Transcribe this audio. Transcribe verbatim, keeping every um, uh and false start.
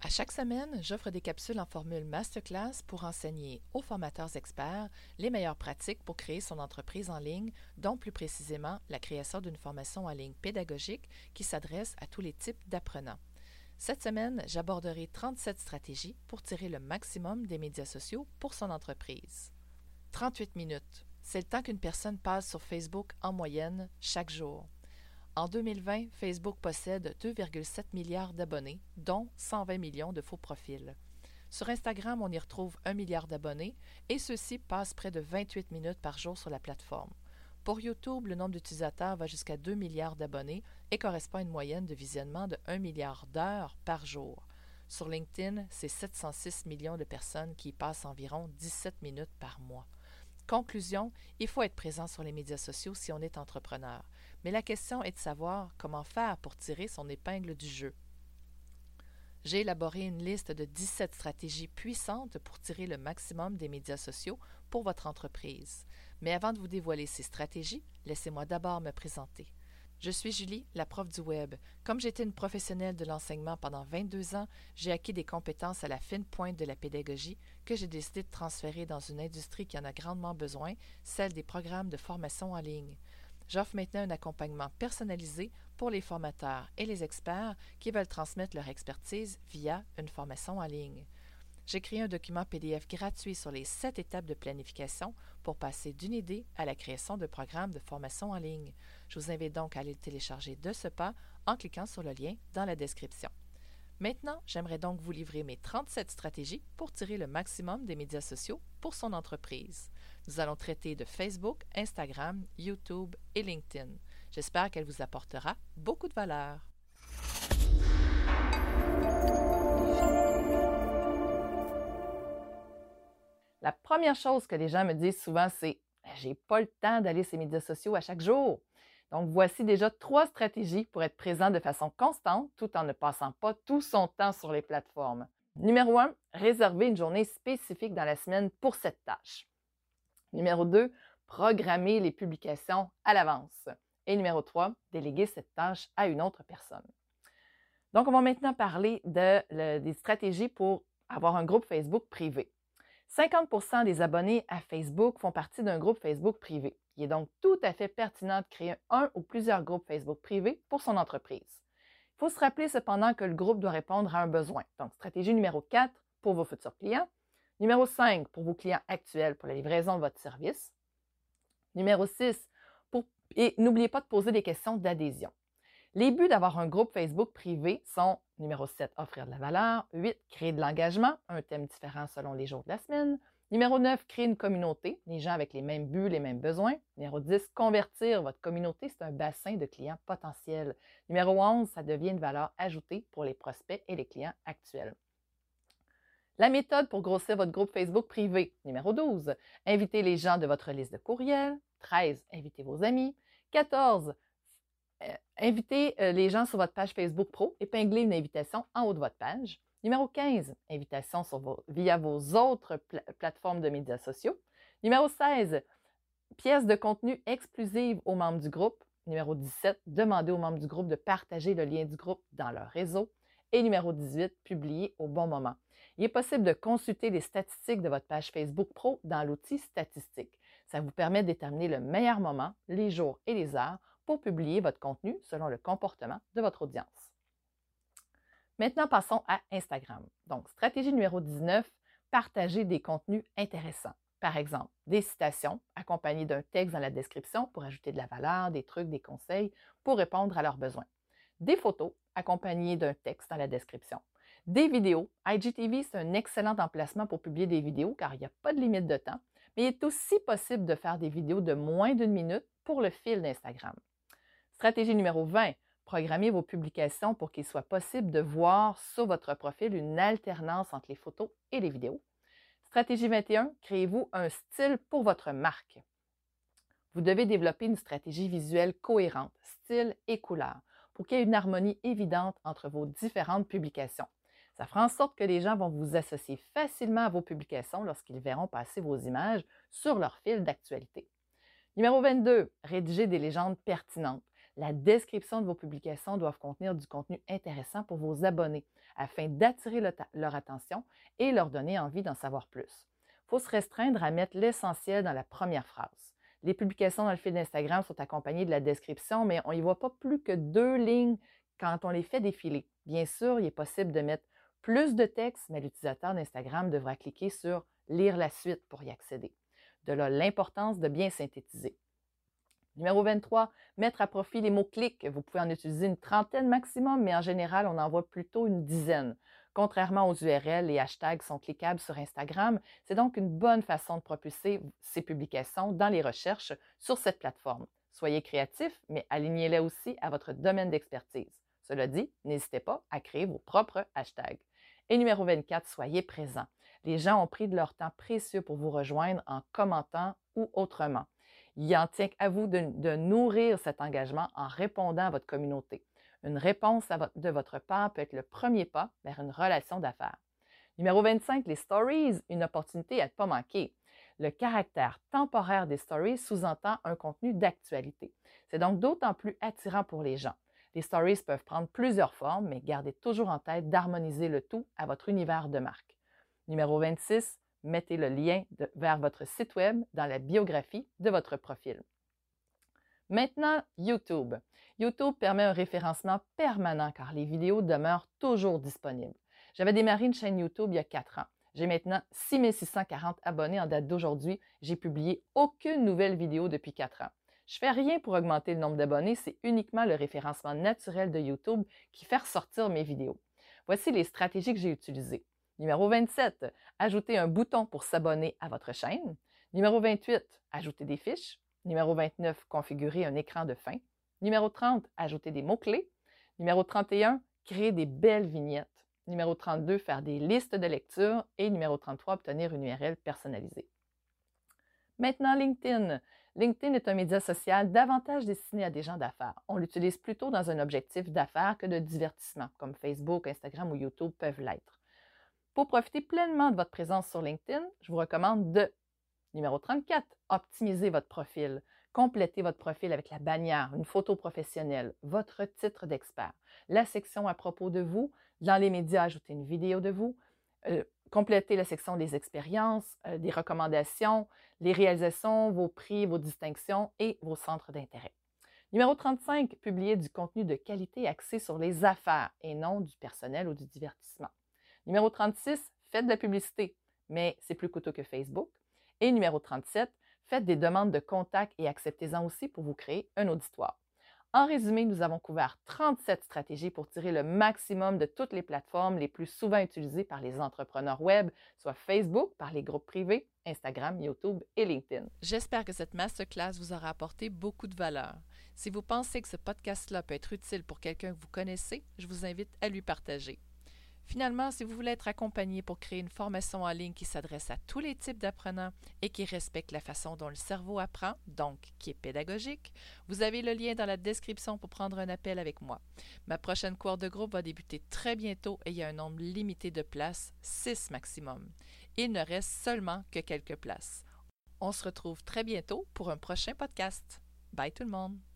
À chaque semaine, j'offre des capsules en formule masterclass pour enseigner aux formateurs experts les meilleures pratiques pour créer son entreprise en ligne, dont plus précisément la création d'une formation en ligne pédagogique qui s'adresse à tous les types d'apprenants. Cette semaine, j'aborderai trente-sept stratégies pour tirer le maximum des médias sociaux pour son entreprise. trente-huit minutes, c'est le temps qu'une personne passe sur Facebook en moyenne chaque jour. En deux mille vingt, Facebook possède deux virgule sept milliards d'abonnés, dont cent vingt millions de faux profils. Sur Instagram, on y retrouve un milliard d'abonnés et ceux-ci passent près de vingt-huit minutes par jour sur la plateforme. Pour YouTube, le nombre d'utilisateurs va jusqu'à deux milliards d'abonnés et correspond à une moyenne de visionnement de un milliard d'heures par jour. Sur LinkedIn, c'est sept cent six millions de personnes qui y passent environ dix-sept minutes par mois. Conclusion, il faut être présent sur les médias sociaux si on est entrepreneur. Mais la question est de savoir comment faire pour tirer son épingle du jeu. J'ai élaboré une liste de dix-sept stratégies puissantes pour tirer le maximum des médias sociaux pour votre entreprise. Mais avant de vous dévoiler ces stratégies, laissez-moi d'abord me présenter. Je suis Julie, la prof du web. Comme j'étais une professionnelle de l'enseignement pendant vingt-deux ans, j'ai acquis des compétences à la fine pointe de la pédagogie que j'ai décidé de transférer dans une industrie qui en a grandement besoin, celle des programmes de formation en ligne. J'offre maintenant un accompagnement personnalisé pour les formateurs et les experts qui veulent transmettre leur expertise via une formation en ligne. J'ai créé un document P D F gratuit sur les sept étapes de planification pour passer d'une idée à la création de programmes de formation en ligne. Je vous invite donc à aller le télécharger de ce pas en cliquant sur le lien dans la description. Maintenant, j'aimerais donc vous livrer mes trente-sept stratégies pour tirer le maximum des médias sociaux pour son entreprise. Nous allons traiter de Facebook, Instagram, YouTube et LinkedIn. J'espère qu'elle vous apportera beaucoup de valeur. La première chose que les gens me disent souvent, c'est « j'ai pas le temps d'aller sur les médias sociaux à chaque jour ». Donc, voici déjà trois stratégies pour être présent de façon constante tout en ne passant pas tout son temps sur les plateformes. Numéro un, réservez une journée spécifique dans la semaine pour cette tâche. Numéro deux, programmez les publications à l'avance. Et numéro trois, déléguez cette tâche à une autre personne. Donc, on va maintenant parler de, le, des stratégies pour avoir un groupe Facebook privé. cinquante pour cent des abonnés à Facebook font partie d'un groupe Facebook privé. Il est donc tout à fait pertinent de créer un ou plusieurs groupes Facebook privés pour son entreprise. Il faut se rappeler cependant que le groupe doit répondre à un besoin. Donc, stratégie numéro quatre pour vos futurs clients. Numéro cinq pour vos clients actuels pour la livraison de votre service. Numéro six, pour, et n'oubliez pas de poser des questions d'adhésion. Les buts d'avoir un groupe Facebook privé sont numéro sept, offrir de la valeur, huit, créer de l'engagement, un thème différent selon les jours de la semaine. Numéro neuf, créer une communauté, les gens avec les mêmes buts, les mêmes besoins. Numéro dix, convertir votre communauté, c'est un bassin de clients potentiels. Numéro onze, ça devient une valeur ajoutée pour les prospects et les clients actuels. La méthode pour grossir votre groupe Facebook privé. Numéro douze, invitez les gens de votre liste de courriel. treize, invitez vos amis. quatorze, euh, invitez euh, les gens sur votre page Facebook Pro. Épinglez une invitation en haut de votre page. Numéro quinze, invitation sur vos, via vos autres pla plateformes de médias sociaux. Numéro seize, pièces de contenu exclusives aux membres du groupe. Numéro dix-sept, demandez aux membres du groupe de partager le lien du groupe dans leur réseau. Et numéro dix-huit, publier au bon moment. Il est possible de consulter les statistiques de votre page Facebook Pro dans l'outil Statistiques. Ça vous permet de déterminer le meilleur moment, les jours et les heures pour publier votre contenu selon le comportement de votre audience. Maintenant, passons à Instagram. Donc, stratégie numéro dix-neuf, partager des contenus intéressants. Par exemple, des citations accompagnées d'un texte dans la description pour ajouter de la valeur, des trucs, des conseils pour répondre à leurs besoins. Des photos accompagnées d'un texte dans la description. Des vidéos. I G T V, c'est un excellent emplacement pour publier des vidéos car il n'y a pas de limite de temps, mais il est aussi possible de faire des vidéos de moins d'une minute pour le fil d'Instagram. Stratégie numéro vingt, programmez vos publications pour qu'il soit possible de voir sur votre profil une alternance entre les photos et les vidéos. Stratégie vingt et un, créez-vous un style pour votre marque. Vous devez développer une stratégie visuelle cohérente, style et couleur, pour qu'il y ait une harmonie évidente entre vos différentes publications. Ça fera en sorte que les gens vont vous associer facilement à vos publications lorsqu'ils verront passer vos images sur leur fil d'actualité. Numéro vingt-deux, rédiger des légendes pertinentes. La description de vos publications doivent contenir du contenu intéressant pour vos abonnés afin d'attirer le leur attention et leur donner envie d'en savoir plus. Il faut se restreindre à mettre l'essentiel dans la première phrase. Les publications dans le fil d'Instagram sont accompagnées de la description, mais on n'y voit pas plus que deux lignes quand on les fait défiler. Bien sûr, il est possible de mettre plus de texte, mais l'utilisateur d'Instagram devra cliquer sur « Lire la suite » pour y accéder. De là l'importance de bien synthétiser. Numéro vingt-trois, mettre à profit les mots-clics. Vous pouvez en utiliser une trentaine maximum, mais en général, on en voit plutôt une dizaine. Contrairement aux U R L, les hashtags sont cliquables sur Instagram. C'est donc une bonne façon de propulser ces publications dans les recherches sur cette plateforme. Soyez créatifs, mais alignez-les aussi à votre domaine d'expertise. Cela dit, n'hésitez pas à créer vos propres hashtags. Et numéro vingt-quatre, soyez présents. Les gens ont pris de leur temps précieux pour vous rejoindre en commentant ou autrement. Il en tient à vous de, de nourrir cet engagement en répondant à votre communauté. Une réponse à votre, de votre part peut être le premier pas vers une relation d'affaires. Numéro vingt-cinq, les stories, une opportunité à ne pas manquer. Le caractère temporaire des stories sous-entend un contenu d'actualité. C'est donc d'autant plus attirant pour les gens. Les stories peuvent prendre plusieurs formes, mais gardez toujours en tête d'harmoniser le tout à votre univers de marque. Numéro vingt-six, mettez le lien de, vers votre site web dans la biographie de votre profil. Maintenant, YouTube. YouTube permet un référencement permanent car les vidéos demeurent toujours disponibles. J'avais démarré une chaîne YouTube il y a quatre ans. J'ai maintenant six mille six cent quarante abonnés en date d'aujourd'hui. J'ai publié aucune nouvelle vidéo depuis quatre ans. Je ne fais rien pour augmenter le nombre d'abonnés, c'est uniquement le référencement naturel de YouTube qui fait ressortir mes vidéos. Voici les stratégies que j'ai utilisées. Numéro vingt-sept, ajouter un bouton pour s'abonner à votre chaîne. Numéro vingt-huit, ajouter des fiches. Numéro vingt-neuf, configurer un écran de fin. Numéro trente, ajouter des mots-clés. Numéro trente et un, créer des belles vignettes. Numéro trente-deux, faire des listes de lecture. Et numéro trente-trois, obtenir une U R L personnalisée. Maintenant, LinkedIn. LinkedIn est un média social davantage destiné à des gens d'affaires. On l'utilise plutôt dans un objectif d'affaires que de divertissement, comme Facebook, Instagram ou YouTube peuvent l'être. Pour profiter pleinement de votre présence sur LinkedIn, je vous recommande de numéro trente-quatre, optimiser votre profil. Complétez votre profil avec la bannière, une photo professionnelle, votre titre d'expert, la section à propos de vous, dans les médias, ajoutez une vidéo de vous, euh, complétez la section des expériences, euh, des recommandations, les réalisations, vos prix, vos distinctions et vos centres d'intérêt. Numéro trente-cinq, publiez du contenu de qualité axé sur les affaires et non du personnel ou du divertissement. Numéro trente-six, faites de la publicité, mais c'est plus coûteux que Facebook. Et numéro trente-sept, faites des demandes de contact et acceptez-en aussi pour vous créer un auditoire. En résumé, nous avons couvert trente-sept stratégies pour tirer le maximum de toutes les plateformes les plus souvent utilisées par les entrepreneurs web, soit Facebook, par les groupes privés, Instagram, YouTube et LinkedIn. J'espère que cette masterclass vous aura apporté beaucoup de valeur. Si vous pensez que ce podcast-là peut être utile pour quelqu'un que vous connaissez, je vous invite à lui partager. Finalement, si vous voulez être accompagné pour créer une formation en ligne qui s'adresse à tous les types d'apprenants et qui respecte la façon dont le cerveau apprend, donc qui est pédagogique, vous avez le lien dans la description pour prendre un appel avec moi. Ma prochaine cohorte de groupe va débuter très bientôt et il y a un nombre limité de places, six maximum. Il ne reste seulement que quelques places. On se retrouve très bientôt pour un prochain podcast. Bye tout le monde!